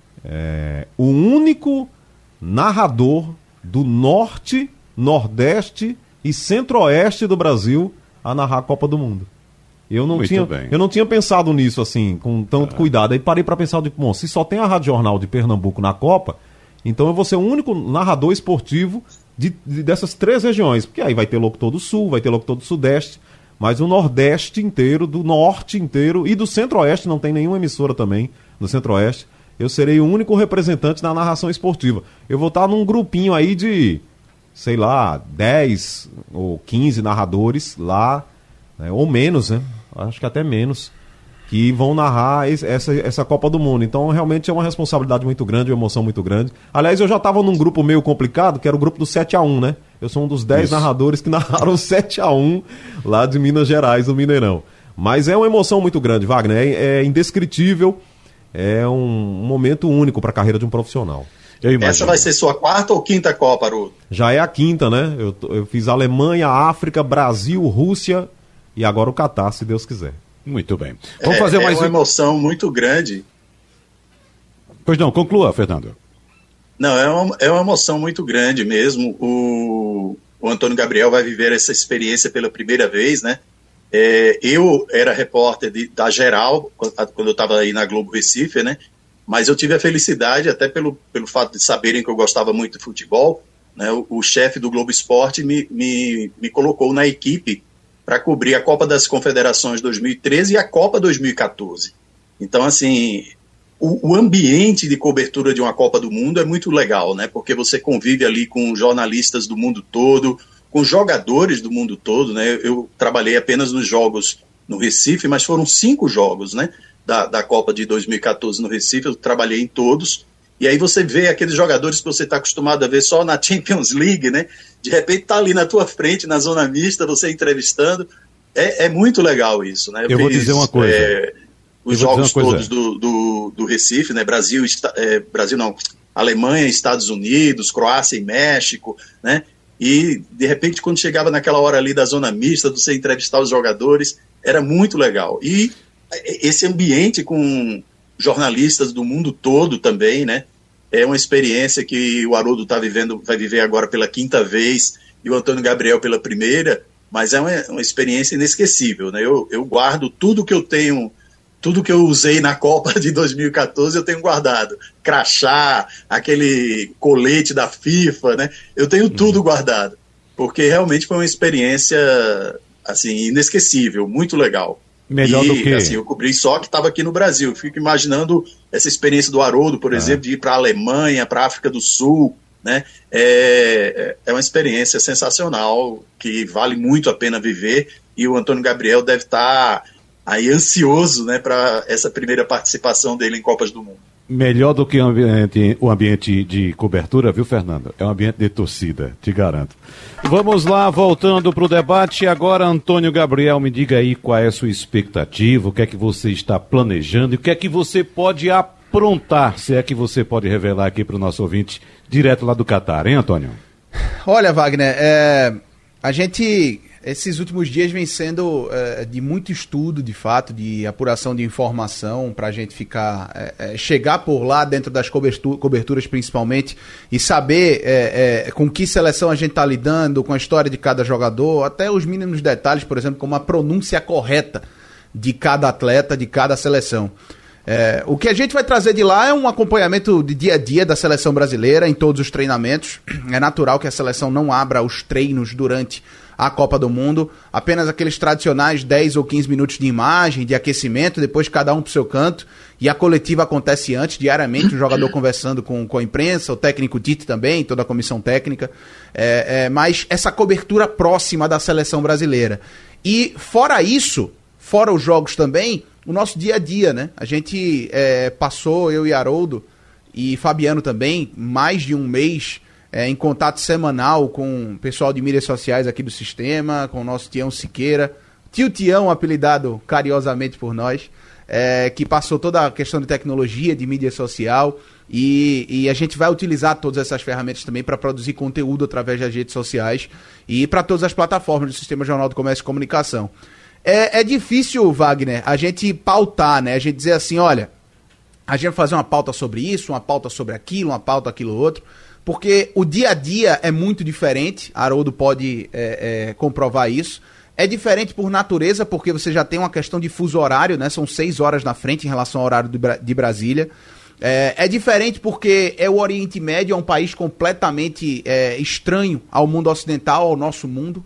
É, o único narrador do norte, nordeste e centro-oeste do Brasil a narrar a Copa do Mundo. Eu não, tinha, eu não tinha pensado nisso assim, com tanto ah. cuidado. Aí parei para pensar, de, bom, se só tem a Rádio Jornal de Pernambuco na Copa, então eu vou ser o único narrador esportivo de, de, dessas três regiões. Porque aí vai ter locutor do Sul, vai ter locutor do Sudeste, mas o Nordeste inteiro, do Norte inteiro e do Centro-Oeste, não tem nenhuma emissora também do Centro-Oeste. Eu serei o único representante na narração esportiva. Eu vou estar num grupinho aí de, sei lá, dez ou quinze narradores lá, né, ou menos, né? Acho que até menos, que vão narrar essa, essa Copa do Mundo. Então, realmente é uma responsabilidade muito grande, uma emoção muito grande. Aliás, eu já estava num grupo meio complicado, que era o grupo do sete a um, né? Eu sou um dos dez narradores que narraram sete a um lá de Minas Gerais, do Mineirão. Mas é uma emoção muito grande, Wagner. É, é indescritível. É um momento único para a carreira de um profissional. Essa vai ser sua quarta ou quinta Copa, Haroldo? Já é a quinta, né? Eu, eu fiz Alemanha, África, Brasil, Rússia e agora o Catar, se Deus quiser. Muito bem. Vamos fazer é, mais é uma emoção muito grande. Pois não, conclua, Fernando. Não, é uma, é uma emoção muito grande mesmo. O, o Antônio Gabriel vai viver essa experiência pela primeira vez, né? É, eu era repórter de, da Geral, quando eu estava aí na Globo Recife, né? Mas eu tive a felicidade, até pelo, pelo fato de saberem que eu gostava muito de futebol, né? O, o chefe do Globo Esporte me, me, me colocou na equipe para cobrir a Copa das Confederações dois mil e treze e a Copa dois mil e quatorze. Então, assim, o, o ambiente de cobertura de uma Copa do Mundo é muito legal, né? Porque você convive ali com jornalistas do mundo todo, com jogadores do mundo todo, né? Eu trabalhei apenas nos jogos no Recife, mas foram cinco jogos, né? Da, da Copa de dois mil e quatorze no Recife, eu trabalhei em todos. E aí você vê aqueles jogadores que você está acostumado a ver só na Champions League, né? De repente tá ali na tua frente, na zona mista, você entrevistando. É, é muito legal isso, né? Eu, eu vou dizer uma coisa. É, os jogos todos do, do, do Recife, né? Brasil, é, Brasil não, Alemanha, Estados Unidos, Croácia e México, né? E, de repente, quando chegava naquela hora ali da zona mista, você entrevistar os jogadores, era muito legal. E esse ambiente com jornalistas do mundo todo também, né? É uma experiência que o Haroldo tá vivendo, vai viver agora pela quinta vez, e o Antônio Gabriel pela primeira, mas é uma, uma experiência inesquecível, né? Eu, eu guardo tudo que eu tenho, tudo que eu usei na Copa de dois mil e quatorze eu tenho guardado. Crachá, aquele colete da FIFA, né? Eu tenho tudo guardado, porque realmente foi uma experiência, assim, inesquecível, muito legal. Melhor e, do que? Assim, eu cobri só que estava aqui no Brasil. Fico imaginando essa experiência do Haroldo, por ah. exemplo, de ir para a Alemanha, para a África do Sul, né? É, é uma experiência sensacional que vale muito a pena viver, e o Antônio Gabriel deve estar aí ansioso, né, para essa primeira participação dele em Copas do Mundo. Melhor do que o ambiente, o ambiente de cobertura, viu, Fernando? É um ambiente de torcida, te garanto. Vamos lá, voltando para o debate. Agora, Antônio Gabriel, me diga aí qual é a sua expectativa, o que é que você está planejando e o que é que você pode aprontar, se é que você pode revelar aqui para o nosso ouvinte, direto lá do Catar, hein, Antônio? Olha, Wagner, é, a gente... Esses últimos dias vem sendo é, de muito estudo, de fato, de apuração de informação, para a gente ficar, é, é, chegar por lá dentro das cobertu- coberturas principalmente, e saber é, é, com que seleção a gente está lidando, com a história de cada jogador, até os mínimos detalhes, por exemplo, como a pronúncia correta de cada atleta, de cada seleção. É, o que a gente vai trazer de lá é um acompanhamento de dia a dia da seleção brasileira em todos os treinamentos. É natural que a seleção não abra os treinos durante a Copa do Mundo, apenas aqueles tradicionais dez ou quinze minutos de imagem, de aquecimento, depois cada um pro seu canto, e a coletiva acontece antes, diariamente, o jogador conversando com, com a imprensa, o técnico Tite também, toda a comissão técnica, é, é, mas essa cobertura próxima da seleção brasileira. E fora isso, fora os jogos também, o nosso dia a dia, né? A gente é, passou, eu e Haroldo, e Fabiano também, mais de um mês É, em contato semanal com o pessoal de mídias sociais aqui do sistema, com o nosso Tião Siqueira, tio Tião, apelidado carinhosamente por nós, é, que passou toda a questão de tecnologia, de mídia social, e, e a gente vai utilizar todas essas ferramentas também para produzir conteúdo através das redes sociais e para todas as plataformas do Sistema Jornal do Comércio e Comunicação. É, é difícil, Wagner, a gente pautar, né? A gente dizer assim, olha, a gente vai fazer uma pauta sobre isso, uma pauta sobre aquilo, uma pauta aquilo outro, porque o dia a dia é muito diferente, Haroldo pode é, é, comprovar isso. É diferente por natureza, porque você já tem uma questão de fuso horário, né? São seis horas na frente em relação ao horário de, Bra- de Brasília. É, é diferente porque é o Oriente Médio, é um país completamente é, estranho ao mundo ocidental, ao nosso mundo.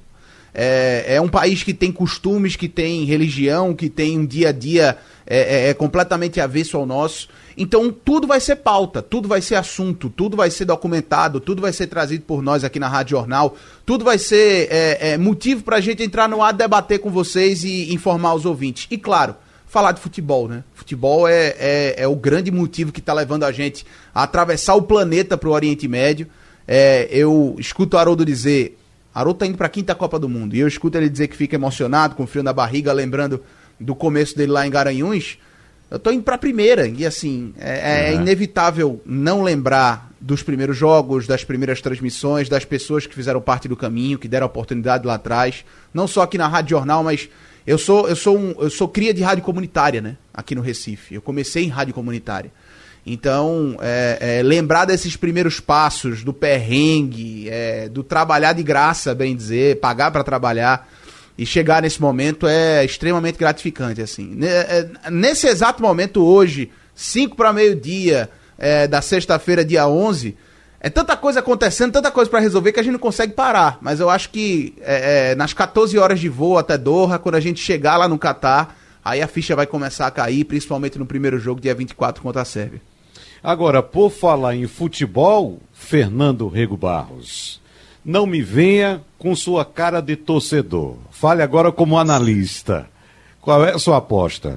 É, é um país que tem costumes, que tem religião, que tem um dia a dia é, é, é completamente avesso ao nosso. Então tudo vai ser pauta, tudo vai ser assunto, tudo vai ser documentado, tudo vai ser trazido por nós aqui na Rádio Jornal, tudo vai ser é, é, motivo para a gente entrar no ar, debater com vocês e informar os ouvintes. E claro, falar de futebol, né? Futebol é, é, é o grande motivo que está levando a gente a atravessar o planeta para o Oriente Médio. É, eu escuto o Haroldo dizer, Haroldo está indo para a quinta Copa do Mundo, e eu escuto ele dizer que fica emocionado, com frio na barriga, lembrando do começo dele lá em Garanhuns. Eu tô indo pra primeira, e assim, é, é inevitável não lembrar dos primeiros jogos, das primeiras transmissões, das pessoas que fizeram parte do caminho, que deram oportunidade lá atrás, não só aqui na Rádio Jornal, mas eu sou, eu sou, um, eu sou cria de rádio comunitária, né, aqui no Recife. Eu comecei em rádio comunitária. Então, é, é, lembrar desses primeiros passos, do perrengue, é, do trabalhar de graça, bem dizer, pagar para trabalhar, e chegar nesse momento é extremamente gratificante, assim. Nesse exato momento hoje, cinco para meio-dia é, da sexta-feira, dia onze, é tanta coisa acontecendo, tanta coisa para resolver que a gente não consegue parar. Mas eu acho que é, é, nas catorze horas de voo até Doha, quando a gente chegar lá no Catar, aí a ficha vai começar a cair, principalmente no primeiro jogo, dia vinte e quatro, contra a Sérvia. Agora, por falar em futebol, Fernando Rego Barros, não me venha com sua cara de torcedor. Fale agora como analista. Qual é a sua aposta?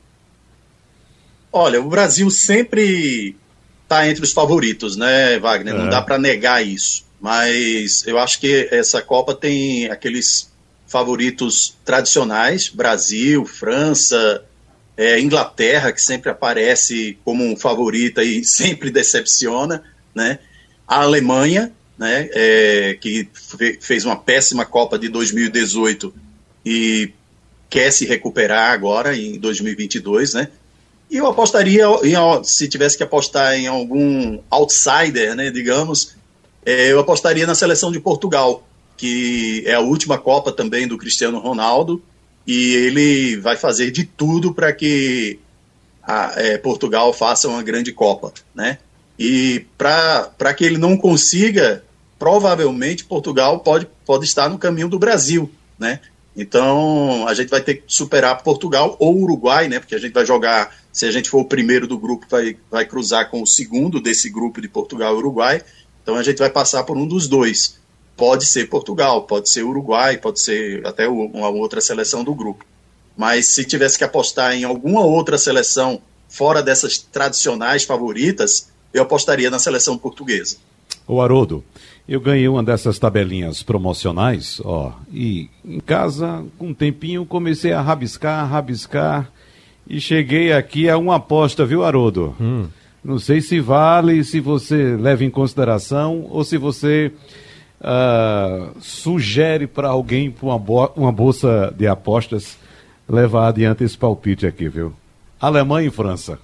Olha, o Brasil sempre está entre os favoritos, né, Wagner? É. Não dá para negar isso. Mas eu acho que essa Copa tem aqueles favoritos tradicionais, Brasil, França, é, Inglaterra, que sempre aparece como um favorito e sempre decepciona, né? A Alemanha, né, é, que fe- fez uma péssima Copa de dois mil e dezoito e quer se recuperar agora em dois mil e vinte e dois, né? E eu apostaria, em, se tivesse que apostar em algum outsider, né, digamos, é, eu apostaria na seleção de Portugal, que é a última Copa também do Cristiano Ronaldo, e ele vai fazer de tudo para que a, é, Portugal faça uma grande Copa, né? E para que ele não consiga, provavelmente Portugal pode, pode estar no caminho do Brasil, né? Então, a gente vai ter que superar Portugal ou Uruguai, né? Porque a gente vai jogar, se a gente for o primeiro do grupo, vai, vai cruzar com o segundo desse grupo de Portugal e Uruguai. Então, a gente vai passar por um dos dois. Pode ser Portugal, pode ser Uruguai, pode ser até uma outra seleção do grupo. Mas se tivesse que apostar em alguma outra seleção fora dessas tradicionais favoritas, eu apostaria na seleção portuguesa. Ô Haroldo, eu ganhei uma dessas tabelinhas promocionais, ó, e em casa, com um tempinho, comecei a rabiscar, rabiscar, e cheguei aqui a uma aposta, viu, Haroldo? Hum. Não sei se vale, se você leva em consideração, ou se você uh, sugere para alguém, para uma, bo- uma bolsa de apostas, levar adiante esse palpite aqui, viu? Alemanha e França.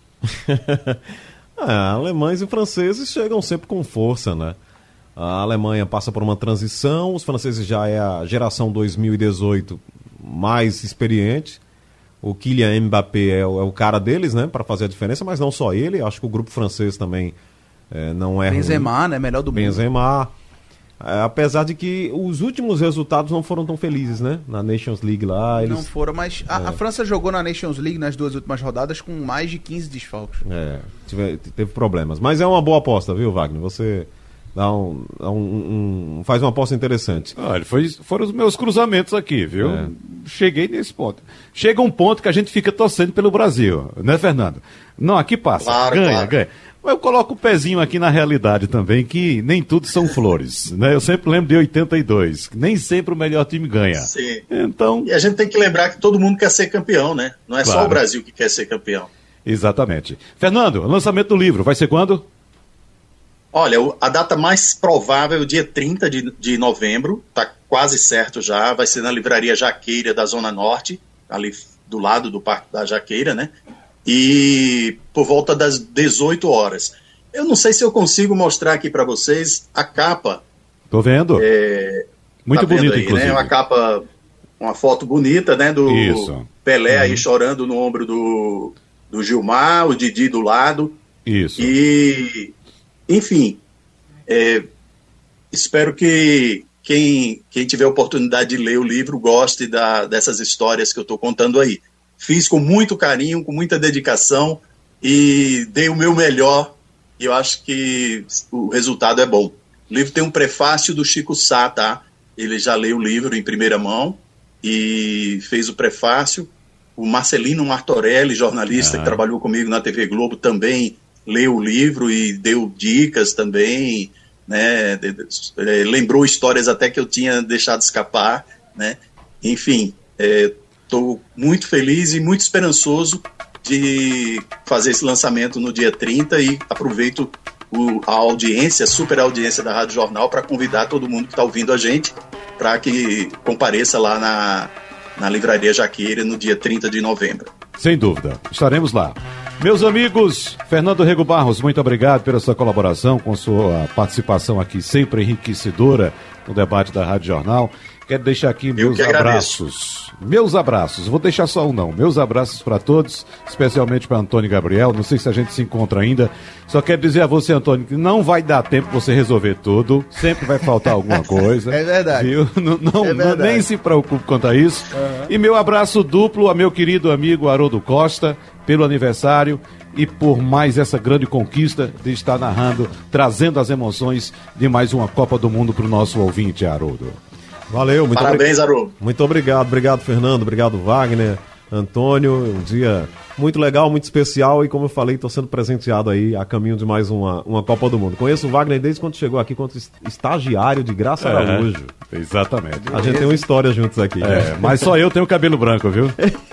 Ah, alemães e franceses chegam sempre com força, né? A Alemanha passa por uma transição, os franceses já é a geração dois mil e dezoito mais experiente. O Kylian Mbappé é o, é o cara deles, né? Para fazer a diferença, mas não só ele. Acho que o grupo francês também é, não é Benzema, ruim. né? Melhor do mundo. Benzema. É, apesar de que os últimos resultados não foram tão felizes, né? Na Nations League lá. Eles... Não foram, mas a, é. a França jogou na Nations League nas duas últimas rodadas com mais de quinze desfalques. É, tive, teve problemas. Mas é uma boa aposta, viu, Wagner? Você dá um, dá um, um, faz uma aposta interessante. Olha, foi, foram os meus cruzamentos aqui, viu? É. Cheguei nesse ponto. Chega um ponto que a gente fica torcendo pelo Brasil, né, Fernando? Não, aqui passa. Claro, ganha, claro. ganha. Eu coloco o pezinho aqui na realidade também, que nem tudo são flores, né? Eu sempre lembro de oitenta e dois, nem sempre o melhor time ganha. Sim. Então... E a gente tem que lembrar que todo mundo quer ser campeão, né? Não é Claro. só o Brasil que quer ser campeão. Exatamente. Fernando, lançamento do livro, vai ser quando? Olha, a data mais provável é o dia trinta de, de novembro, tá quase certo já, vai ser na Livraria Jaqueira da Zona Norte, ali do lado do Parque da Jaqueira, né? E por volta das dezoito horas. Eu não sei se eu consigo mostrar aqui para vocês a capa. Tô vendo. É, Muito tá bonito, aí, inclusive. né? Uma capa, uma foto bonita, né? Do Isso. Pelé Uhum. aí chorando no ombro do, do Gilmar, o Didi do lado. Isso. E, enfim, é, espero que quem, quem tiver a oportunidade de ler o livro goste da, dessas histórias que eu estou contando aí. Fiz com muito carinho, com muita dedicação e dei o meu melhor e eu acho que o resultado é bom. O livro tem um prefácio do Chico Sá, tá? Ele já leu o livro em primeira mão e fez o prefácio. O Marcelino Martorelli, jornalista Ah. que trabalhou comigo na T V Globo, também leu o livro e deu dicas também, né? De, de, de, lembrou histórias até que eu tinha deixado escapar, né? Enfim, estou é, muito feliz e muito esperançoso de fazer esse lançamento no dia trinta e aproveito o, a audiência, a super audiência da Rádio Jornal para convidar todo mundo que está ouvindo a gente para que compareça lá na, na Livraria Jaqueira no dia trinta de novembro. Sem dúvida, estaremos lá. Meus amigos, Fernando Rego Barros, muito obrigado pela sua colaboração, com sua participação aqui sempre enriquecedora no debate da Rádio Jornal. Quero deixar aqui meus abraços. Meus abraços. Vou deixar só um não. Meus abraços para todos, especialmente para Antônio Gabriel. Não sei se a gente se encontra ainda. Só quero dizer a você, Antônio, que não vai dar tempo você resolver tudo. Sempre vai faltar alguma coisa. É verdade. Viu? Não, não, é verdade. Nem se preocupe quanto a isso. Uhum. E meu abraço duplo a meu querido amigo Haroldo Costa, pelo aniversário e por mais essa grande conquista de estar narrando, trazendo as emoções de mais uma Copa do Mundo para o nosso ouvinte, Haroldo. Valeu, muito Parabéns, obrig... Haroldo. Muito obrigado, obrigado, Fernando, obrigado, Wagner, Antônio. Um dia muito legal, muito especial e, como eu falei, estou sendo presenteado aí a caminho de mais uma, uma Copa do Mundo. Conheço o Wagner desde quando chegou aqui, quanto estagiário de Graça é, Araújo. Exatamente. A gente tem uma história juntos aqui. É, mas só eu tenho cabelo branco, viu?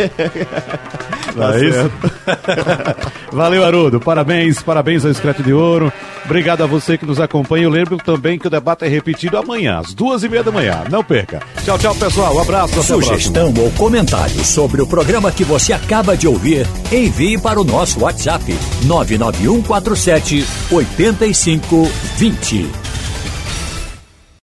Tá é isso? Valeu, Haroldo. Parabéns, parabéns ao Escrete de Ouro. Obrigado a você que nos acompanha. Eu lembro também que o debate é repetido amanhã, às duas e meia da manhã. Não perca. Tchau, tchau, pessoal. Um abraço. Até Sugestão ou comentário sobre o programa que você acaba de ouvir, envie para o nosso WhatsApp nove nove um quatro sete oito cinco dois zero.